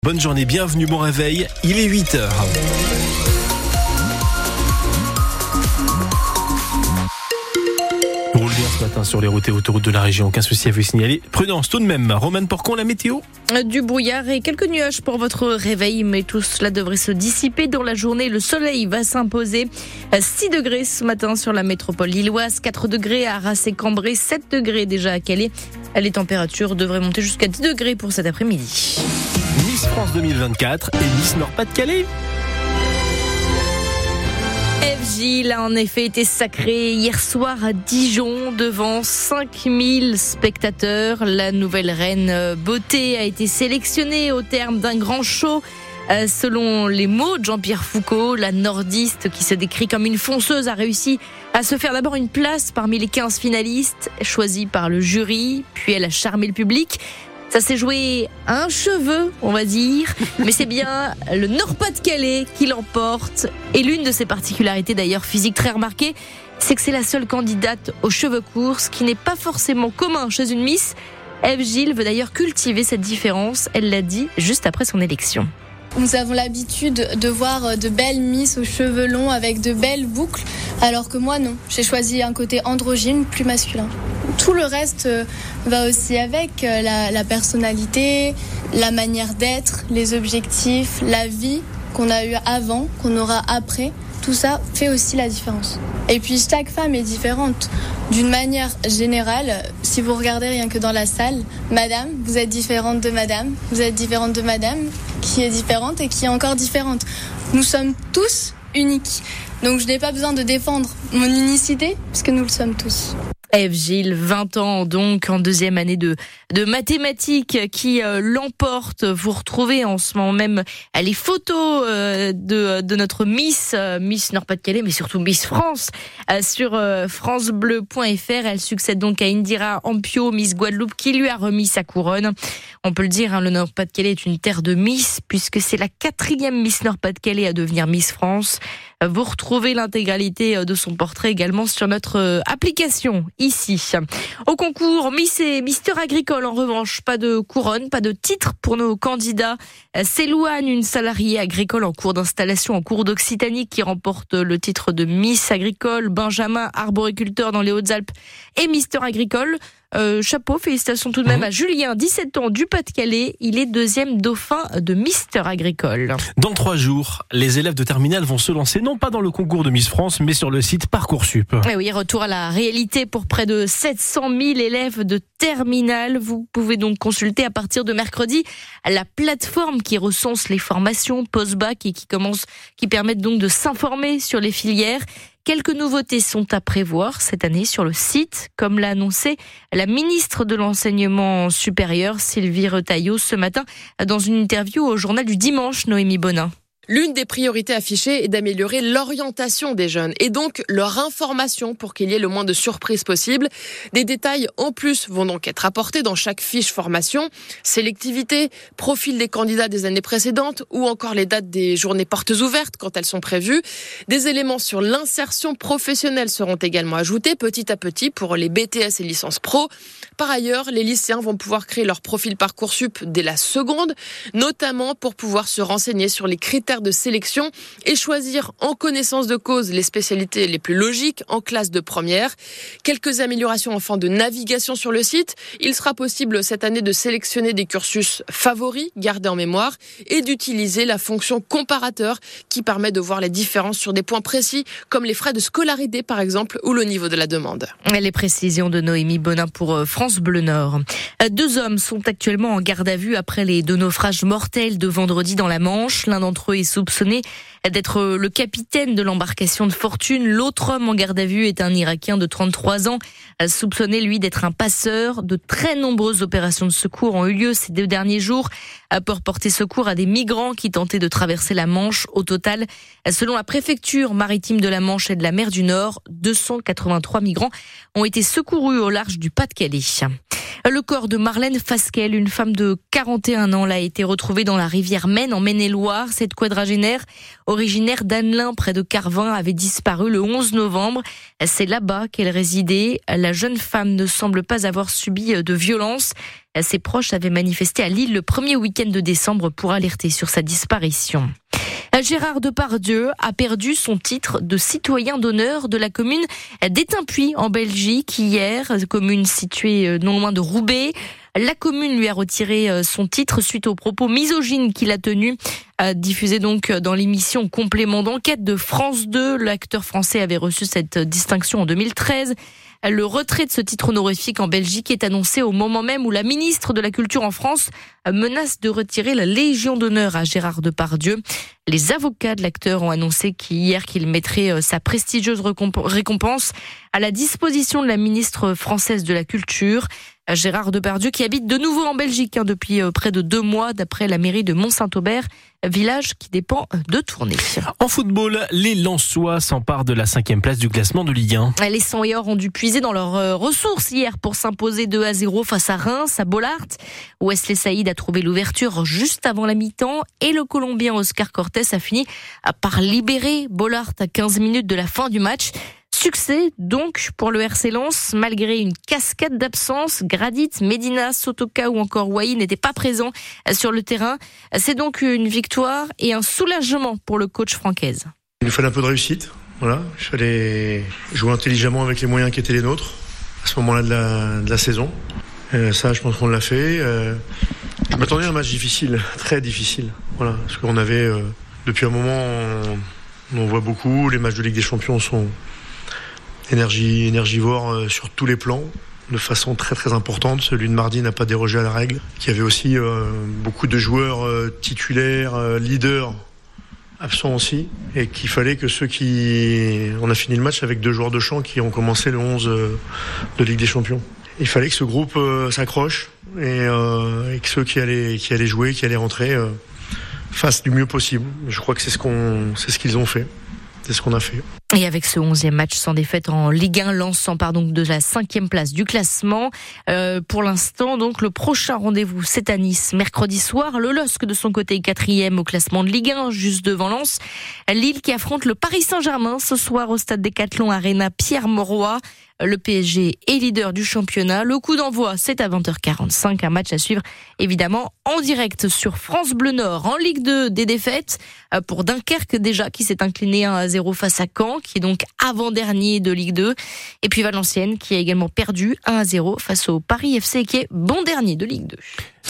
Bonne journée, bienvenue, bon réveil, il est 8h. Roule bien ce matin sur les routes et autoroutes de la région, aucun souci à vous signaler. Prudence tout de même. Romane Porcon, la météo ? Du brouillard et quelques nuages pour votre réveil, mais tout cela devrait se dissiper dans la journée. Le soleil va s'imposer. 6 degrés ce matin sur la métropole lilloise, 4 degrés à Arras et Cambrai, 7 degrés déjà à Calais. Les températures devraient monter jusqu'à 10 degrés pour cet après-midi. Miss France 2024 et Miss Nord-Pas-de-Calais. Ève Gilles a en effet été sacrée hier soir à Dijon devant 5000 spectateurs. La nouvelle reine beauté a été sélectionnée au terme d'un grand show. Selon les mots de Jean-Pierre Foucault, la nordiste qui se décrit comme une fonceuse a réussi à se faire d'abord une place parmi les 15 finalistes choisis par le jury, puis elle a charmé le public. Ça s'est joué à un cheveu, on va dire, mais c'est bien le Nord-Pas-de-Calais qui l'emporte. Et l'une de ses particularités d'ailleurs physiques très remarquées, c'est que c'est la seule candidate aux cheveux courts, ce qui n'est pas forcément commun chez une Miss. Ève Gilles veut d'ailleurs cultiver cette différence, elle l'a dit juste après son élection. Nous avons l'habitude de voir de belles Miss aux cheveux longs avec de belles boucles, alors que moi non, j'ai choisi un côté androgyne, plus masculin. Tout le reste va aussi avec la personnalité, la manière d'être, les objectifs, la vie qu'on a eue avant, qu'on aura après. Tout ça fait aussi la différence. Et puis chaque femme est différente. D'une manière générale, si vous regardez rien que dans la salle, madame, vous êtes différente de madame, vous êtes différente de madame, qui est différente et qui est encore différente. Nous sommes tous uniques. Donc je n'ai pas besoin de défendre mon unicité, puisque nous le sommes tous. Ève Gilles, 20 ans donc, en deuxième année de mathématiques qui l'emporte. Vous retrouvez en ce moment même les photos de notre Miss Nord-Pas-de-Calais, mais surtout Miss France, sur francebleu.fr. Elle succède donc à Indira Ampio, Miss Guadeloupe, qui lui a remis sa couronne. On peut le dire, le Nord-Pas-de-Calais est une terre de Miss, puisque c'est la 4e Miss Nord-Pas-de-Calais à devenir Miss France. Vous retrouvez l'intégralité de son portrait également sur notre application ici. Au concours Miss et Mister Agricole, en revanche, pas de couronne, pas de titre pour nos candidats. C'est Louane, une salariée agricole en cours d'installation en cours d'Occitanie, qui remporte le titre de Miss Agricole. Benjamin, arboriculteur dans les Hautes-Alpes, et Mister Agricole. Chapeau, félicitations tout de même à Julien, 17 ans, du Pas-de-Calais. Il est 2e dauphin de Mister Agricole. Dans 3 jours, les élèves de terminale vont se lancer, non pas dans le concours de Miss France, mais sur le site Parcoursup. Et oui, retour à la réalité pour près de 700 000 élèves de terminale. Vous pouvez donc consulter à partir de mercredi la plateforme qui recense les formations post-bac et qui permettent donc de s'informer sur les filières. Quelques nouveautés sont à prévoir cette année sur le site, comme l'a annoncé la ministre de l'Enseignement supérieur, Sylvie Retailleau, ce matin, dans une interview au journal du dimanche, Noémie Bonin. L'une des priorités affichées est d'améliorer l'orientation des jeunes et donc leur information pour qu'il y ait le moins de surprises possible. Des détails en plus vont donc être apportés dans chaque fiche formation. Sélectivité, profil des candidats des années précédentes ou encore les dates des journées portes ouvertes quand elles sont prévues. Des éléments sur l'insertion professionnelle seront également ajoutés petit à petit pour les BTS et licences pro. Par ailleurs, les lycéens vont pouvoir créer leur profil Parcoursup dès la seconde, notamment pour pouvoir se renseigner sur les critères de sélection et choisir en connaissance de cause les spécialités les plus logiques en classe de première. Quelques améliorations enfin de navigation sur le site. Il sera possible cette année de sélectionner des cursus favoris, gardés en mémoire, et d'utiliser la fonction comparateur qui permet de voir les différences sur des points précis comme les frais de scolarité par exemple ou le niveau de la demande. Les précisions de Noémie Bonin pour France Bleu Nord. 2 hommes sont actuellement en garde à vue après les 2 naufrages mortels de vendredi dans la Manche. L'un d'entre eux est soupçonné d'être le capitaine de l'embarcation de fortune. L'autre homme en garde à vue est un Irakien de 33 ans, soupçonné lui d'être un passeur. De très nombreuses opérations de secours ont eu lieu ces 2 derniers jours pour porter secours à des migrants qui tentaient de traverser la Manche. Au total, selon la préfecture maritime de la Manche et de la mer du Nord, 283 migrants ont été secourus au large du Pas-de-Calais. Le corps de Marlène Fasquelle, une femme de 41 ans, a été retrouvé dans la rivière Maine, en Maine-et-Loire. Cette quadragénaire, originaire d'Annelin, près de Carvin, avait disparu le 11 novembre. C'est là-bas qu'elle résidait. La jeune femme ne semble pas avoir subi de violence. Ses proches avaient manifesté à Lille le premier week-end de décembre pour alerter sur sa disparition. Gérard Depardieu a perdu son titre de citoyen d'honneur de la commune d'Étainpuis en Belgique hier, commune située non loin de Roubaix. La commune lui a retiré son titre suite aux propos misogynes qu'il a tenus, diffusés donc dans l'émission Complément d'enquête de France 2. L'acteur français avait reçu cette distinction en 2013. Le retrait de ce titre honorifique en Belgique est annoncé au moment même où la ministre de la Culture en France menace de retirer la Légion d'honneur à Gérard Depardieu. Les avocats de l'acteur ont annoncé hier qu'il mettrait sa prestigieuse récompense à la disposition de la ministre française de la Culture. Gérard Depardieu qui habite de nouveau en Belgique depuis près de 2 mois d'après la mairie de Mont-Saint-Aubert, village qui dépend de Tournai. En football, les Lensois s'emparent de la 5e place du classement de Ligue 1. Les 100 et or ont dû puiser dans leurs ressources hier pour s'imposer 2-0 face à Reims, à Bollaert. Wesley Saïd a trouvé l'ouverture juste avant la mi-temps et le Colombien Oscar Cortés a fini par libérer Bollaert à 15 minutes de la fin du match. Succès donc pour le RC Lens, malgré une cascade d'absences. Gradit, Medina, Sotoka ou encore Wai n'étaient pas présents sur le terrain. C'est donc une victoire et un soulagement pour le coach Francaise. Il nous fallait un peu de réussite. Voilà, il fallait jouer intelligemment avec les moyens qui étaient les nôtres à ce moment-là de la saison. Ça, je pense qu'on l'a fait. Je m'attendais à un match difficile, très difficile. Voilà, parce qu'on avait, depuis un moment, on voit beaucoup. Les matchs de Ligue des Champions sont énergivores sur tous les plans, de façon très très importante. Celui de mardi n'a pas dérogé à la règle. Il y avait aussi beaucoup de joueurs titulaires, leaders, absents aussi, et qu'il fallait que on a fini le match avec 2 joueurs de champ qui ont commencé le 11 de Ligue des Champions. Il fallait que ce groupe s'accroche et que ceux qui allaient jouer, qui allaient rentrer, fassent du mieux possible. Je crois que c'est ce qu'ils ont fait. C'est ce qu'on a fait. Et avec ce 11e match sans défaite en Ligue 1, Lens s'empare donc de la 5e place du classement. Pour l'instant, donc, le prochain rendez-vous, c'est à Nice, mercredi soir. Le LOSC, de son côté, est 4e au classement de Ligue 1, juste devant Lens. Lille qui affronte le Paris Saint-Germain ce soir au stade Décathlon Arena Pierre-Mauroy. Le PSG est leader du championnat. Le coup d'envoi, c'est à 20h45. Un match à suivre, évidemment, en direct sur France Bleu Nord. En Ligue 2, des défaites pour Dunkerque déjà, qui s'est incliné 1-0 face à Caen, qui est donc avant-dernier de Ligue 2. Et puis Valenciennes, qui a également perdu 1-0 face au Paris FC, qui est bon dernier de Ligue 2.